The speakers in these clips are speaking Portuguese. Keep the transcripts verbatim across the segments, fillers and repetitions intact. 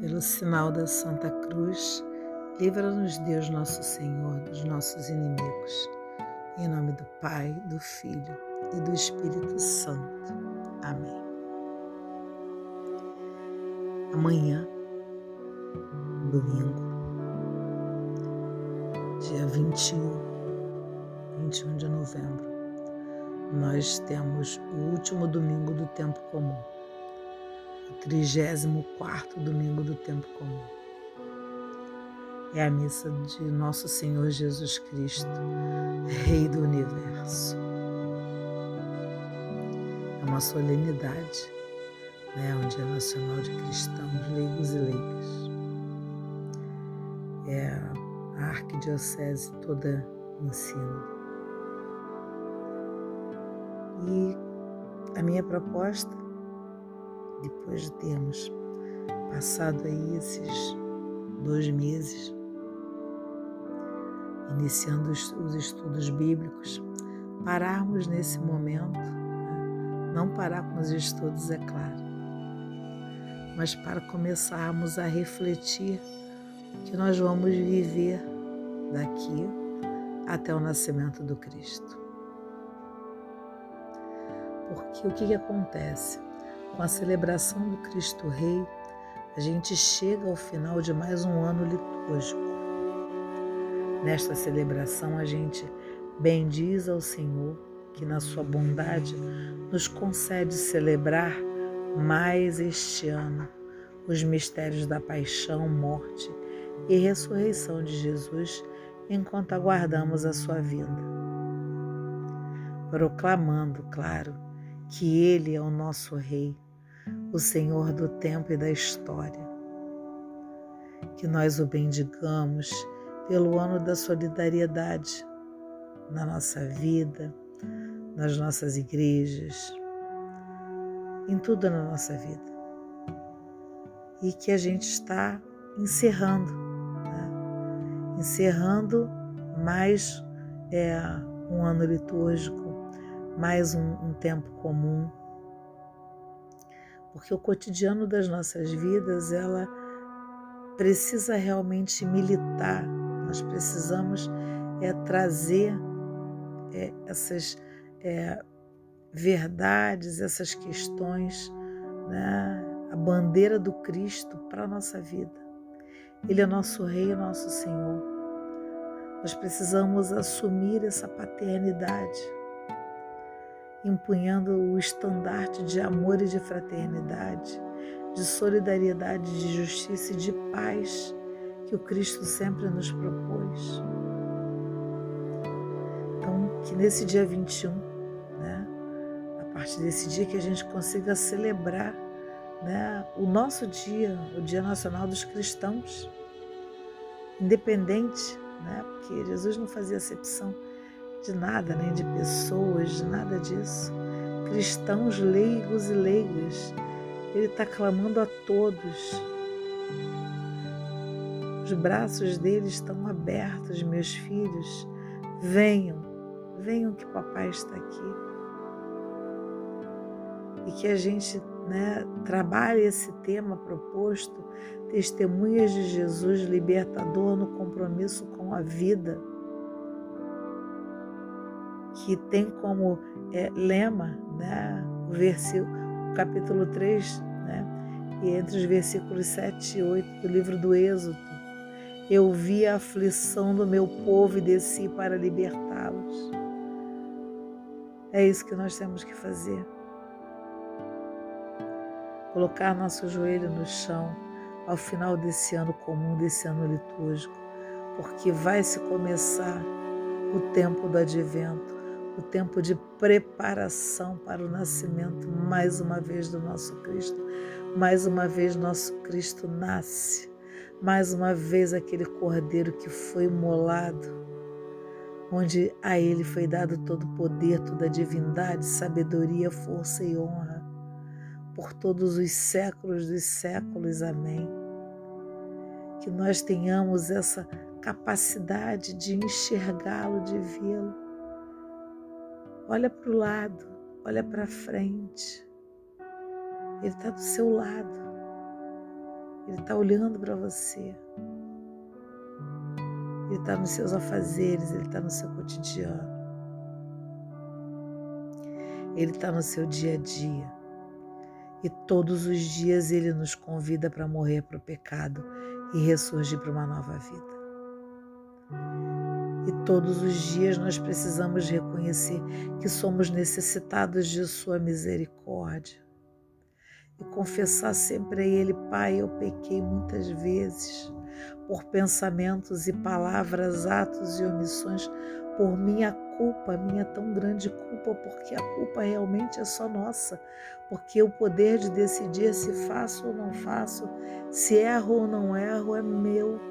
Pelo sinal da Santa Cruz, livra-nos Deus nosso Senhor dos nossos inimigos. Em nome do Pai, do Filho e do Espírito Santo. Amém. Amanhã, domingo, dia vinte e um, vinte e um de novembro, nós temos o último domingo do tempo comum, o trigésimo quarto domingo do tempo comum. É a missa de Nosso Senhor Jesus Cristo, Rei do Universo. É uma solenidade, né, um dia nacional de cristãos, leigos e leigas. É a arquidiocese toda ensina. E a minha proposta, depois de termos passado aí esses dois meses, iniciando os estudos bíblicos, pararmos nesse momento, né? Não parar com os estudos, é claro, mas para começarmos a refletir o que nós vamos viver daqui até o nascimento do Cristo. Porque o que, que acontece? Com a celebração do Cristo Rei, a gente chega ao final de mais um ano litúrgico. Nesta celebração, a gente bendiz ao Senhor, que na sua bondade nos concede celebrar mais este ano os mistérios da paixão, morte e ressurreição de Jesus, enquanto aguardamos a sua vinda. Proclamando, claro, que Ele é o nosso Rei, o Senhor do tempo e da história. Que nós o bendigamos pelo ano da solidariedade na nossa vida, nas nossas igrejas, em tudo na nossa vida. E que a gente está encerrando, né? encerrando mais é, um ano litúrgico, mais um, um tempo comum, porque o cotidiano das nossas vidas, ela precisa realmente militar. Nós precisamos é, trazer é, essas é, verdades, essas questões, né? A bandeira do Cristo para a nossa vida. Ele é nosso Rei, nosso Senhor. Nós precisamos assumir essa paternidade, empunhando o estandarte de amor e de fraternidade, de solidariedade, de justiça e de paz que o Cristo sempre nos propôs. Então, que nesse dia vinte e um, né, a partir desse dia, que a gente consiga celebrar, né, o nosso dia, o Dia Nacional dos Cristãos, independente, né, porque Jesus não fazia acepção de nada, nem de pessoas, de nada disso. Cristãos leigos e leigas, Ele está clamando a todos. Os braços dele estão abertos, meus filhos, venham, venham que papai está aqui. E que a gente, né, trabalhe esse tema proposto, testemunhas de Jesus libertador no compromisso com a vida, que tem como é, lema, né, o versículo, o capítulo três, né, e entre os versículos sete e oito do livro do Êxodo: eu vi a aflição do meu povo e desci para libertá-los. É isso que nós temos que fazer. Colocar nosso joelho no chão ao final desse ano comum, desse ano litúrgico, porque vai se começar o tempo do advento, o tempo de preparação para o nascimento, mais uma vez, do nosso Cristo. Mais uma vez nosso Cristo nasce, mais uma vez aquele cordeiro que foi imolado, onde a Ele foi dado todo o poder, toda a divindade, sabedoria, força e honra, por todos os séculos dos séculos. Amém. Que nós tenhamos essa capacidade de enxergá-lo, de vê-lo. Olha para o lado, olha para frente. Ele está do seu lado. Ele está olhando para você. Ele está nos seus afazeres, Ele está no seu cotidiano. Ele está no seu dia a dia. E todos os dias Ele nos convida para morrer para o pecado e ressurgir para uma nova vida. E todos os dias nós precisamos reconhecer que somos necessitados de Sua misericórdia. E confessar sempre a Ele: Pai, eu pequei muitas vezes por pensamentos e palavras, atos e omissões, por minha culpa, minha tão grande culpa, porque a culpa realmente é só nossa, porque o poder de decidir se faço ou não faço, se erro ou não erro, é meu.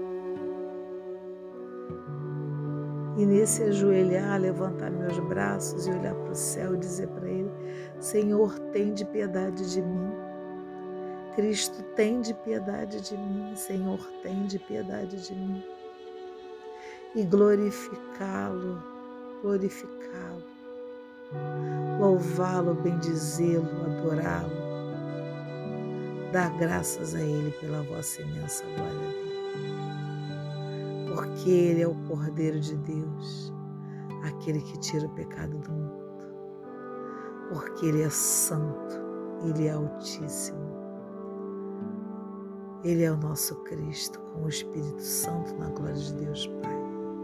E nesse ajoelhar, levantar meus braços e olhar para o céu e dizer para Ele: Senhor, tende piedade de mim. Cristo, tende piedade de mim. Senhor, tende piedade de mim. E glorificá-lo, glorificá-lo, louvá-lo, bendizê-lo, adorá-lo, dar graças a Ele pela vossa imensa glória dele. Porque Ele é o Cordeiro de Deus, aquele que tira o pecado do mundo. Porque Ele é santo, Ele é altíssimo. Ele é o nosso Cristo, com o Espírito Santo na glória de Deus Pai.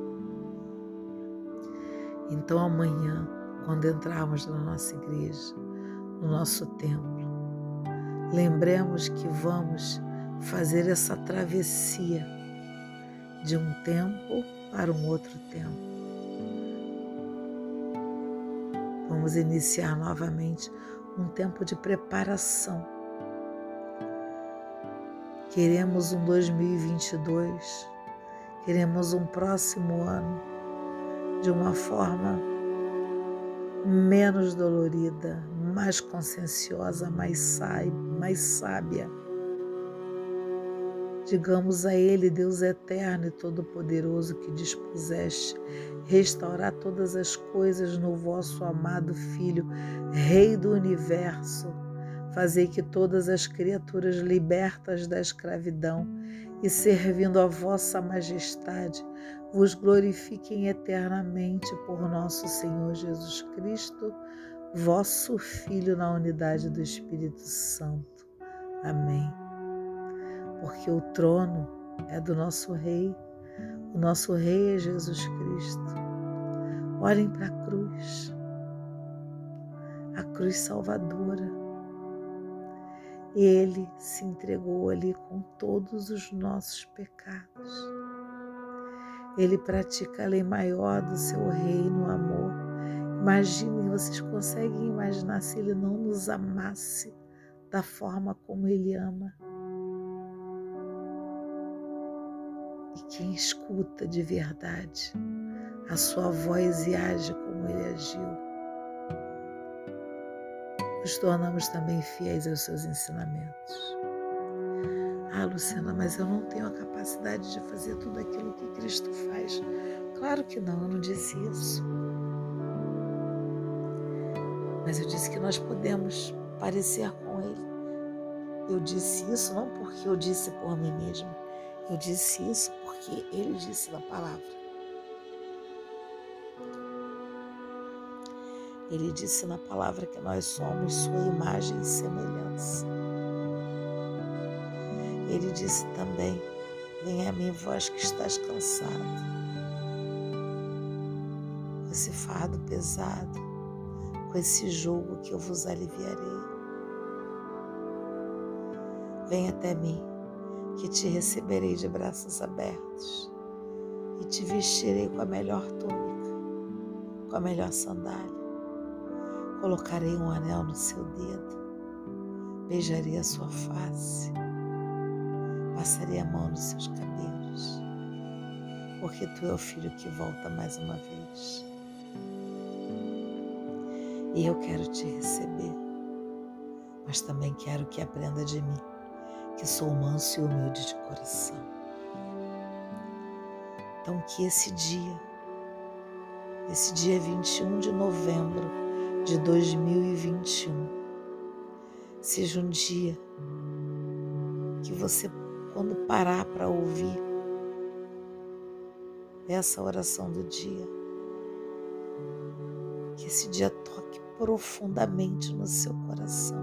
Então amanhã, quando entrarmos na nossa igreja, no nosso templo, lembremos que vamos fazer essa travessia de um tempo para um outro tempo. Vamos iniciar novamente um tempo de preparação. Queremos um dois mil e vinte e dois, queremos um próximo ano de uma forma menos dolorida, mais conscienciosa, mais sábia, mais sábia. Digamos a Ele: Deus eterno e todo-poderoso, que dispuseste restaurar todas as coisas no vosso amado Filho, Rei do Universo, fazei que todas as criaturas libertas da escravidão e servindo a vossa majestade vos glorifiquem eternamente por nosso Senhor Jesus Cristo, vosso Filho, na unidade do Espírito Santo. Amém. Porque o trono é do nosso Rei, o nosso Rei é Jesus Cristo. Olhem para a cruz, a cruz salvadora. Ele se entregou ali com todos os nossos pecados. Ele pratica a lei maior do seu reino, o amor. Imaginem, vocês conseguem imaginar se Ele não nos amasse da forma como Ele ama? E quem escuta de verdade a sua voz e age como Ele agiu, nos tornamos também fiéis aos seus ensinamentos. Ah, Luciana, mas eu não tenho a capacidade de fazer tudo aquilo que Cristo faz. Claro que não, eu não disse isso. Mas eu disse que nós podemos parecer com Ele. Eu disse isso não porque eu disse por mim mesma. Eu disse isso porque Ele disse na palavra. Ele disse na palavra que nós somos sua imagem e semelhança. Ele disse também: venha a mim, vós que estás cansado, com esse fardo pesado, com esse jugo que eu vos aliviarei. Venha até mim, que te receberei de braços abertos e te vestirei com a melhor túnica, com a melhor sandália. Colocarei um anel no seu dedo, beijarei a sua face, passarei a mão nos seus cabelos, porque tu é o filho que volta mais uma vez. E eu quero te receber, mas também quero que aprenda de mim, que sou manso e humilde de coração. Então que esse dia, esse dia vinte e um de novembro de dois mil e vinte e um, seja um dia que você, quando parar para ouvir essa oração do dia, que esse dia toque profundamente no seu coração.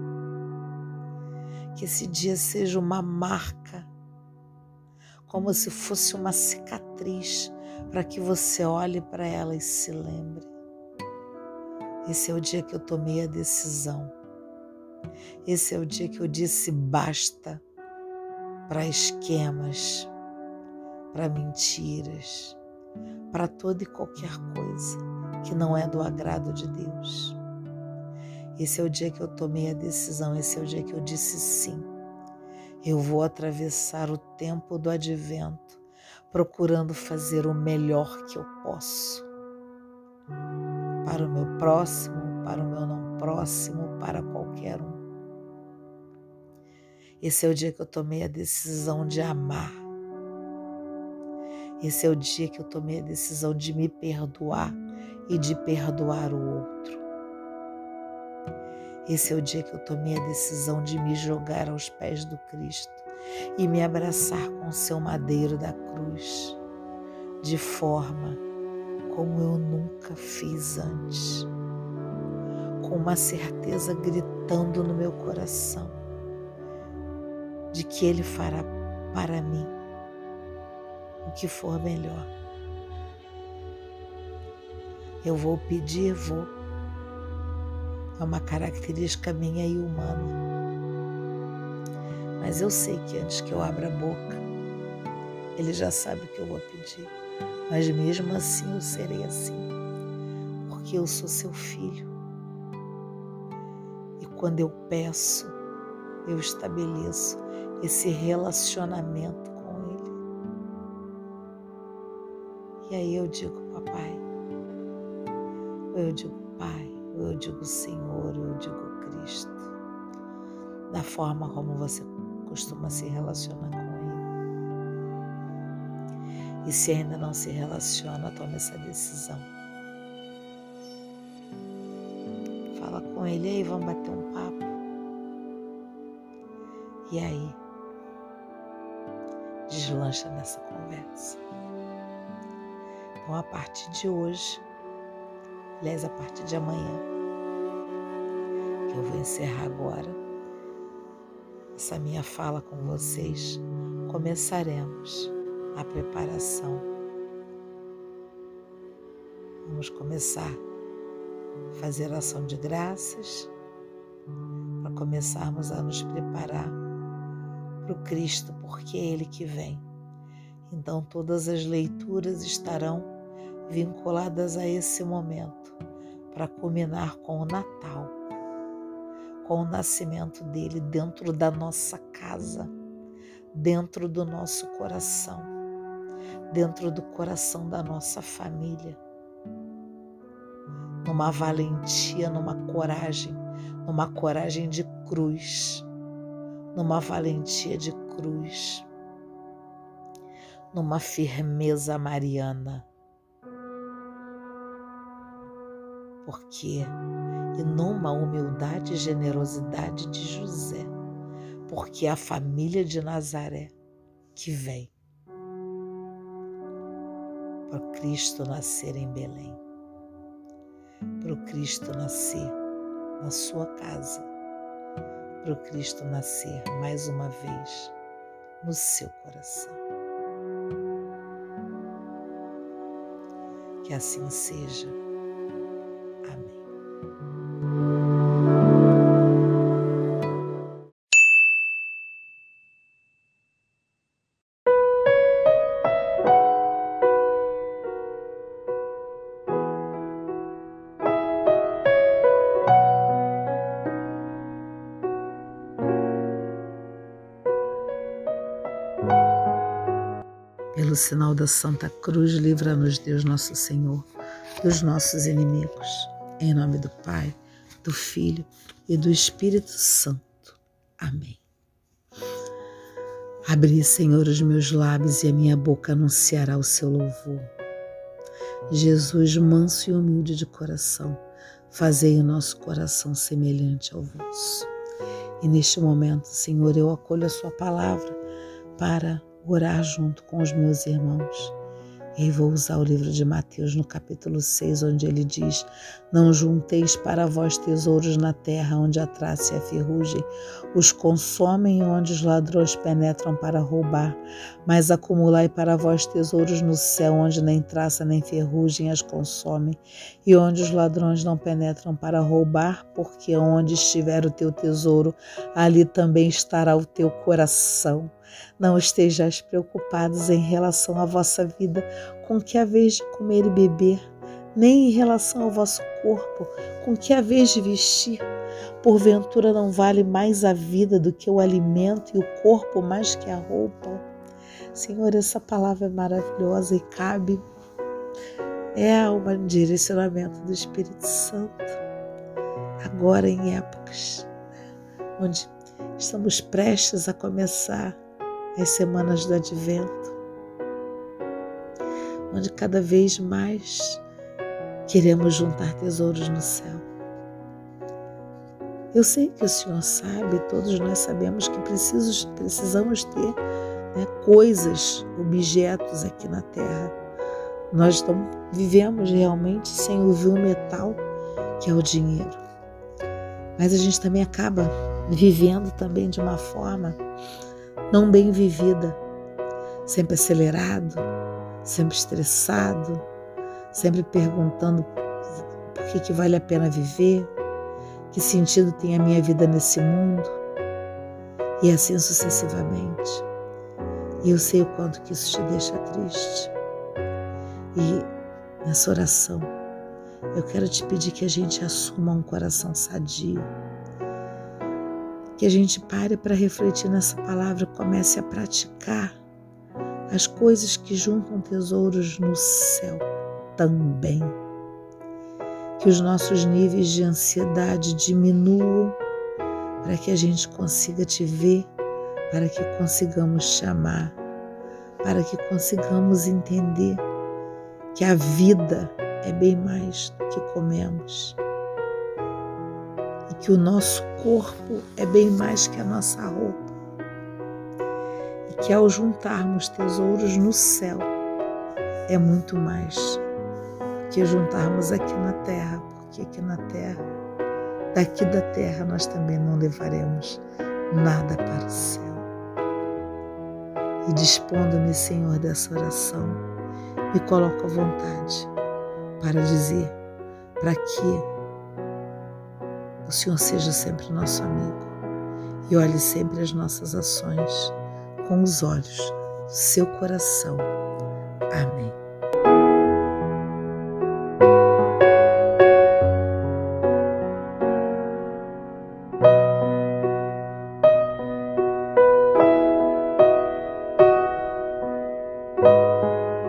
Que esse dia seja uma marca, como se fosse uma cicatriz, para que você olhe para ela e se lembre. Esse é o dia que eu tomei a decisão. Esse é o dia que eu disse basta para esquemas, para mentiras, para toda e qualquer coisa que não é do agrado de Deus. Esse é o dia que eu tomei a decisão, esse é o dia que eu disse sim. Eu vou atravessar o tempo do advento, procurando fazer o melhor que eu posso. Para o meu próximo, para o meu não próximo, para qualquer um. Esse é o dia que eu tomei a decisão de amar. Esse é o dia que eu tomei a decisão de me perdoar e de perdoar o outro. Esse é o dia que eu tomei a decisão de me jogar aos pés do Cristo e me abraçar com o seu madeiro da cruz, de forma como eu nunca fiz antes, com uma certeza gritando no meu coração de que Ele fará para mim o que for melhor. Eu vou pedir, vou. É uma característica minha e humana. Mas eu sei que antes que eu abra a boca, Ele já sabe o que eu vou pedir. Mas mesmo assim eu serei assim, porque eu sou seu filho. E quando eu peço, eu estabeleço esse relacionamento com Ele. E aí eu digo, papai, ou eu digo, pai, ou eu digo Senhor, ou eu digo Cristo, da forma como você costuma se relacionar com Ele. E se ainda não se relaciona, tome essa decisão. Fala com Ele, aí vamos bater um papo. E aí, deslancha nessa conversa. Então, a partir de hoje, aliás, a partir de amanhã, que eu vou encerrar agora essa minha fala com vocês, começaremos a preparação. Vamos começar a fazer ação de graças, para começarmos a nos preparar para o Cristo, porque é Ele que vem. Então todas as leituras estarão vinculadas a esse momento, para culminar com o Natal, com o nascimento dele dentro da nossa casa, dentro do nosso coração, dentro do coração da nossa família, numa valentia, numa coragem, numa coragem de cruz, numa valentia de cruz, numa firmeza mariana. Porque, e numa humildade e generosidade de José, porque é a família de Nazaré que vem para o Cristo nascer em Belém, para o Cristo nascer na sua casa, para o Cristo nascer mais uma vez no seu coração. Que assim seja. Amém. Pelo sinal da Santa Cruz, livra-nos Deus nosso Senhor dos nossos inimigos. Em nome do Pai, do Filho e do Espírito Santo. Amém. Abri, Senhor, os meus lábios e a minha boca anunciará o seu louvor. Jesus, manso e humilde de coração, fazei o nosso coração semelhante ao vosso. E neste momento, Senhor, eu acolho a sua palavra para orar junto com os meus irmãos. E vou usar o livro de Mateus no capítulo seis, onde ele diz: não junteis para vós tesouros na terra, onde a traça e a ferrugem os consomem e onde os ladrões penetram para roubar, mas acumulai para vós tesouros no céu, onde nem traça nem ferrugem as consomem, e onde os ladrões não penetram para roubar, porque onde estiver o teu tesouro, ali também estará o teu coração. Não estejais preocupados em relação à vossa vida, com que haveis de comer e beber, nem em relação ao vosso corpo, com que haveis de vestir. Porventura não vale mais a vida do que o alimento e o corpo mais que a roupa? Senhor, essa palavra é maravilhosa e cabe. É um direcionamento do Espírito Santo. Agora em épocas onde estamos prestes a começar as semanas do Advento, onde cada vez mais queremos juntar tesouros no céu. Eu sei que o Senhor sabe, todos nós sabemos que precisamos, precisamos ter né, coisas, objetos aqui na Terra. Nós não vivemos realmente sem o vil metal, que é o dinheiro. Mas a gente também acaba vivendo também de uma forma não bem vivida, sempre acelerado, sempre estressado, sempre perguntando por que, que vale a pena viver, que sentido tem a minha vida nesse mundo, e assim sucessivamente. E eu sei o quanto que isso te deixa triste. E nessa oração, eu quero te pedir que a gente assuma um coração sadio, que a gente pare para refletir nessa palavra e comece a praticar as coisas que juntam tesouros no céu também. Que os nossos níveis de ansiedade diminuam para que a gente consiga te ver, para que consigamos te amar, para que consigamos entender que a vida é bem mais do que comemos e que o nosso corpo é bem mais que a nossa roupa e que ao juntarmos tesouros no céu é muito mais que juntarmos aqui na terra, porque aqui na terra, daqui da terra nós também não levaremos nada para o céu. E dispondo-me, Senhor, dessa oração, me coloco à vontade para dizer, para que o Senhor seja sempre nosso amigo e olhe sempre as nossas ações com os olhos do seu coração. Amém.